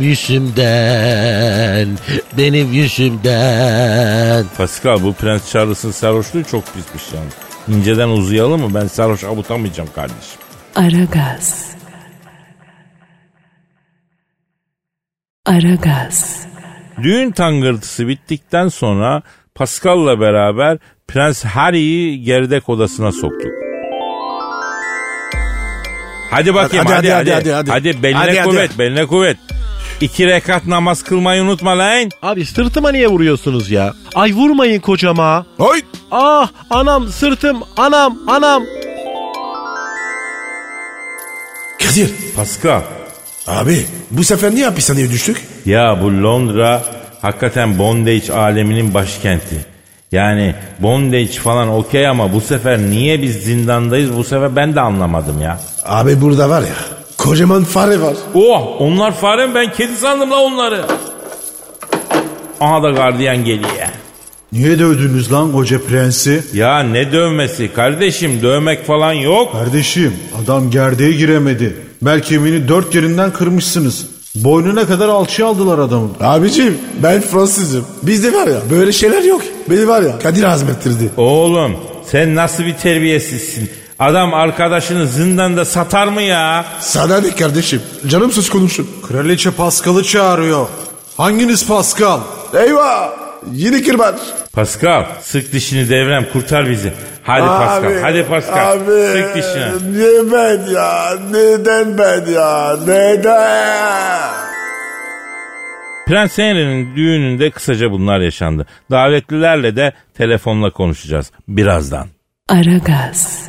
yüzümden. Pascal, bu Prens Charles'ın sarhoşluğu çok pismiş yani. İnceden uzayalım mı? Ben sarhoş avutamayacağım kardeşim. Aragaz. Düğün tangırtısı bittikten sonra Pascal'la beraber Prens Harry'i gerdek odasına soktuk. Hadi bakayım hadi. Hadi beline kuvvet. 2 rekat namaz kılmayı unutma lan. Abi sırtıma niye vuruyorsunuz ya? Ay vurmayın kocama. Oy! Ah anam, sırtım, anam. Kadir. Pascal. Abi bu sefer niye hapishaneye düştük? Ya bu Londra hakikaten bondage aleminin başkenti. Yani bondage falan okey ama bu sefer niye biz zindandayız, bu sefer ben de anlamadım ya. Abi burada var ya, kocaman fare var. Oh, onlar fare mi? Ben kedi sandım la onları. Aha da gardiyan geliyor. Niye dövdünüz lan koca prensi? Ya ne dövmesi kardeşim, dövmek falan yok. Kardeşim, adam gerdeğe giremedi. Bel kemiğini 4 yerinden kırmışsınız. Boynuna kadar alçıya aldılar adamı. Abiciğim ben Fransızım. Bizde var ya böyle şeyler yok. Beni var ya Kadir azmettirdi. Oğlum sen nasıl bir terbiyesizsin? Adam arkadaşını zindanda satar mı ya? Sana ne kardeşim? Canım söz konuşun. Kraliçe Pascal'ı çağırıyor. Hanginiz Pascal? Eyvah! Yeni kırbaç. Pascal sık dişini Devrem, kurtar bizi. Hadi Pascal, hadi Pascal. Abi, sık dişini. Niye ben ya? Neden ben ya? Neden? Prens Henry'nin düğününde kısaca bunlar yaşandı. Davetlilerle de telefonla konuşacağız birazdan. Aragaz.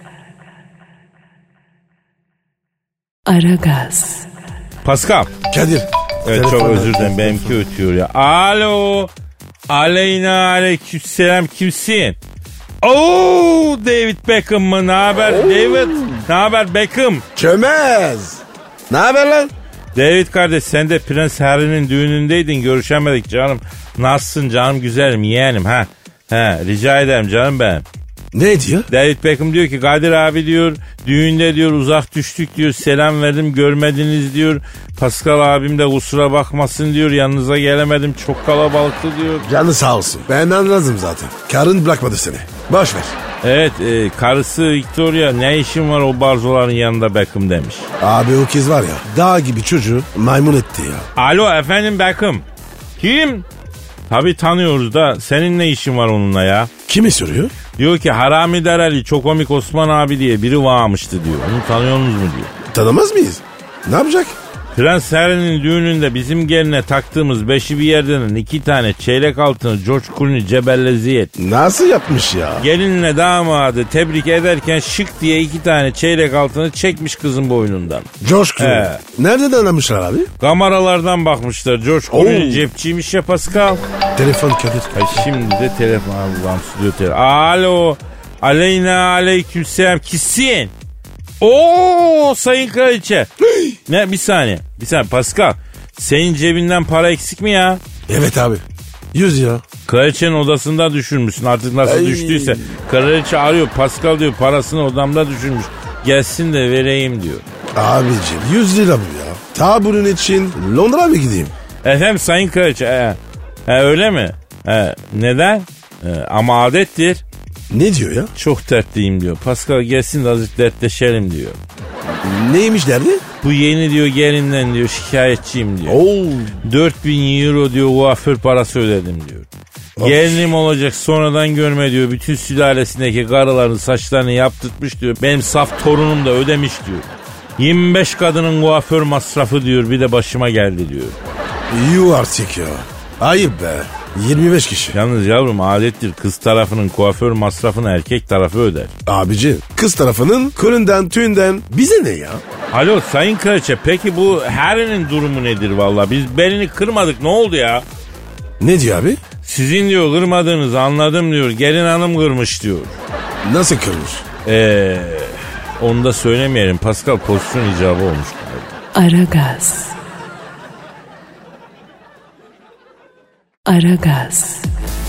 Pascal. Kadir. Evet çok özür dilerim, benimki ötüyor ya. Alo. Aleyna aleykümselam, kimsin? Oo, David Beckham mı? Ne haber David? Ne haber Beckham? Çömez. Ne haber lan? David kardeş, sen de Prens Harry'nin düğünündeydin, görüşemedik canım. Nasılsın canım güzelim yeğenim ha? Rica ederim canım ben. Ne diyor? David Beckham diyor ki Kadir abi diyor düğünde diyor uzak düştük diyor, selam verdim görmediniz diyor. Pascal abim de kusura bakmasın diyor, yanınıza gelemedim çok kalabalıktı diyor. Canı sağ olsun. Ben anladım zaten. Karın bırakmadı seni. Boş ver. Evet karısı Victoria ne işin var o barzoların yanında Beckham demiş. Abi o kız var ya dağ gibi çocuğu maymun etti ya. Alo efendim Beckham. Kim? Tabii tanıyoruz da senin ne işin var onunla ya? Kimi soruyor? Diyor ki Harami Dereli Çokomik Osman abi diye biri varmıştı diyor. Onu tanıyorsunuz mu diyor. Tanımaz mıyız? Ne yapacak? Prens Harry'nin düğününde bizim geline taktığımız beşi bir yerden 2 tane çeyrek altını George Clooney cebellezi etti. Nasıl yapmış ya? Gelinle damadı tebrik ederken şık diye 2 tane çeyrek altını çekmiş kızın boynundan. George Clooney. Nereden anlamışlar abi? Kameralardan bakmışlar. George Clooney cepçiymiş ya Pascal. Telefon Kadir. Şimdi de telefon Allah'ım stüdyo telefon. Alo. Aleyna aleykümselam. Kisin. Oo sayın kraliçe. Ne bir saniye Pascal. Senin cebinden para eksik mi ya? Evet abi. 100 ya. Kraliçenin odasında düşürmüşsün artık nasıl düştüyse. Kraliçe arıyor Pascal diyor parasını odamda düşürmüş. Gelsin de vereyim diyor. Abicim 100 lira bu ya. Ta bunun için Londra mı gideyim? Efendim sayın kraliçe. Öyle mi? Neden? Ama adettir. Ne diyor ya? Çok dertliyim diyor. Pascal gelsin de azıcık dertleşelim diyor. Neymiş derdi? Bu yeni diyor gelinden diyor şikayetçiyim diyor. 4.000 euro diyor kuaför parası ödedim diyor. Gelinim olacak sonradan görme diyor. Bütün sülalesindeki karıların saçlarını yaptırtmış diyor. Benim saf torunum da ödemiş diyor. 25 kadının kuaför masrafı diyor bir de başıma geldi diyor. Yuh artık ya. Ayıp be. 25 kişi. Yalnız yavrum adettir kız tarafının kuaför masrafını erkek tarafı öder. Abici kız tarafının kırından tüyünden bize ne ya? Alo sayın kraliçe peki bu Harry'nin durumu nedir valla? Biz belini kırmadık ne oldu ya? Ne diyor abi? Sizin diyor kırmadığınızı anladım diyor. Gelin hanım kırmış diyor. Nasıl kırmış? Onu da söylemeyelim. Pascal pozisyon icabı olmuş galiba. Aragaz. Aragaz.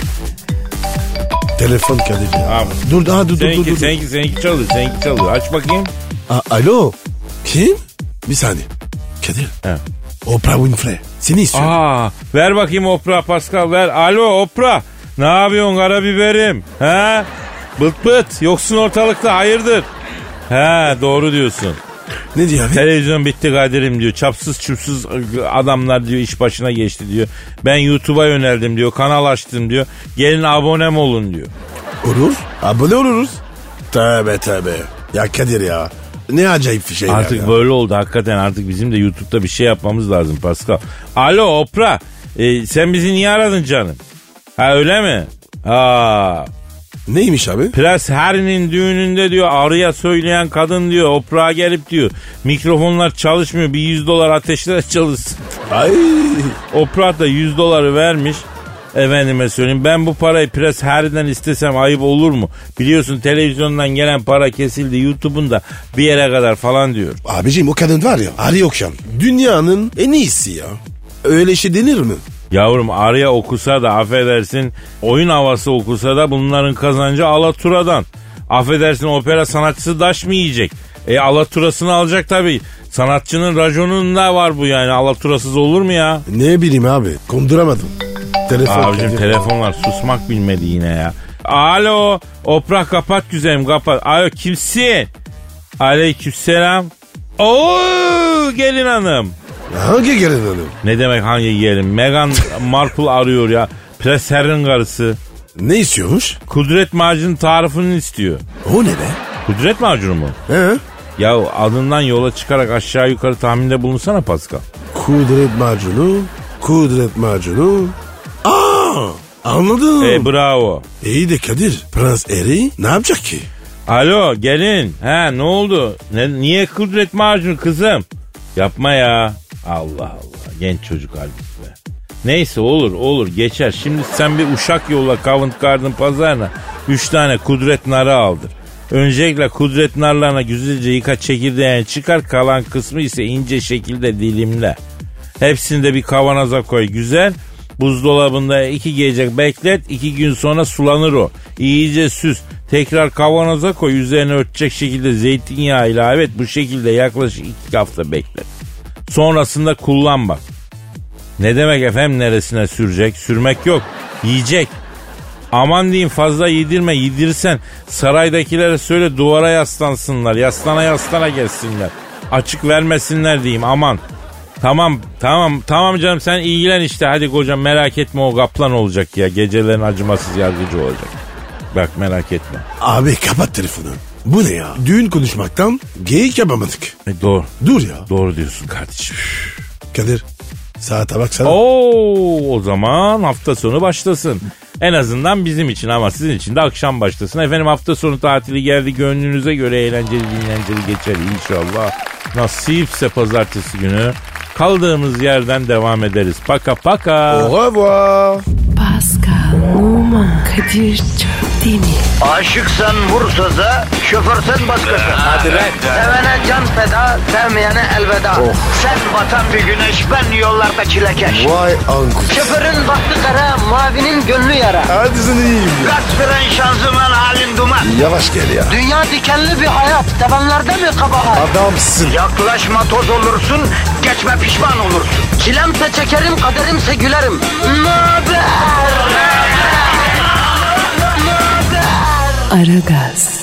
Telefon Kadir ya. Abi. Dur. Seninki çalıyor. Aç bakayım. Alo. Kim? Bir saniye. Kadir. He. Oprah Winfrey. Seni istiyor. Ver bakayım Oprah Pascal ver. Alo Oprah. Ne yapıyorsun karabiberim? He? Bıt bıt. Yoksun ortalıkta hayırdır? He doğru diyorsun. Ne diyor abi? Televizyon bitti Kadir'im diyor. Çapsız çupsuz adamlar diyor iş başına geçti diyor. Ben YouTube'a yöneldim diyor. Kanal açtım diyor. Gelin abonem olun diyor. Olur. Abone oluruz. Tövbe. Ya Kadir ya. Ne acayip bir şey artık ya. Böyle oldu hakikaten artık bizim de YouTube'da bir şey yapmamız lazım Pascal. Alo Oprah. Sen bizi niye aradın canım? Ha öyle mi? Neymiş abi? Prens Harry'nin düğününde diyor arıya söyleyen kadın diyor Oprah'a gelip diyor mikrofonlar çalışmıyor bir $100 ateşlere çalışsın. Ay. Oprah da $100 vermiş. Efendime söyleyeyim ben bu parayı Prens Harry'den istesem ayıp olur mu? Biliyorsun televizyondan gelen para kesildi YouTube'un da bir yere kadar falan diyor. Abiciğim o kadın var ya arı okuyan. Dünyanın en iyisi ya. Öyle şey denir mi? Yavrum araya okusa da affedersin oyun havası okusa da bunların kazancı Alatura'dan. Affedersin opera sanatçısı daş mı yiyecek? Alaturasını alacak tabii. Sanatçının raconunda var bu yani Alaturasız olur mu ya? Ne bileyim abi konduramadım. Abicim telefonlar susmak bilmedi yine ya. Alo Oprah kapat güzelim kapat. Alo kimsin? Aleykümselam. Gelin hanım. Hangi gelin hanım? Ne demek hangi gelin? Meghan Markle arıyor ya. Prens Harry'nin karısı. Ne istiyormuş? Kudret macunu tarifini istiyor. O ne be? Kudret macunu mu? He? Ya adından yola çıkarak aşağı yukarı tahminde bulunsana Pascal. Kudret macunu. Anladım. Bravo. İyi de Kadir Prens Harry ne yapacak ki? Alo gelin. Ne oldu? Niye kudret macunu kızım? Yapma ya. Allah Allah. Genç çocuk halbuki be. Neyse olur geçer. Şimdi sen bir uşak yolla Covent Garden pazarına 3 tane kudret narı aldır. Öncelikle kudret narlarına güzelce yıka çekirdeğini çıkar. Kalan kısmı ise ince şekilde dilimle. Hepsini de bir kavanoza koy güzel. Buzdolabında 2 gece beklet. 2 gün sonra sulanır o. İyice süs. Tekrar kavanoza koy. Üzerine örtecek şekilde zeytinyağı ilave et. Bu şekilde yaklaşık 2 hafta beklet. Sonrasında kullan bak. Ne demek efendim neresine sürecek? Sürmek yok. Yiyecek. Aman diyeyim fazla yedirme. Yedirirsen saraydakilere söyle duvara yaslansınlar. Yaslana gelsinler. Açık vermesinler diyeyim aman. Tamam canım sen ilgilen işte. Hadi kocam merak etme o kaplan olacak ya. Gecelerin acımasız yargıcı olacak. bak merak etme. Abi kapat telefonu. Bu ne ya? Düğün konuşmaktan geyik yapamadık. Doğru. Dur ya. Doğru diyorsun kardeşim. Kadir saate baksana. O zaman hafta sonu başlasın. En azından bizim için ama sizin için de akşam başlasın. Efendim hafta sonu tatili geldi. Gönlünüze göre eğlenceli dinlenceli geçer inşallah. Nasipse pazartesi günü kaldığımız yerden devam ederiz. Paka paka. Au revoir. Pascal, Oman, Kadir çok değil mi? Aşıksan vursa da, şoförsen başkasın. Hadi lan. Sevene can feda, sevmeyene elveda. Sen batan bir güneş, ben yollarda çilekeş. Vay anku. Şoförün baktı kara, mavinin gönlü yara. Hadi sen iyiyim ya. Kasperen şanzıman halin duman. Yavaş gel ya. Dünya dikenli bir hayat, sevenlerde mi kabahar? Adamsın. Yaklaşma toz olursun, geçme pişman olursun. Çilemse çekerim, kaderimse gülerim. Möber! Aragaz.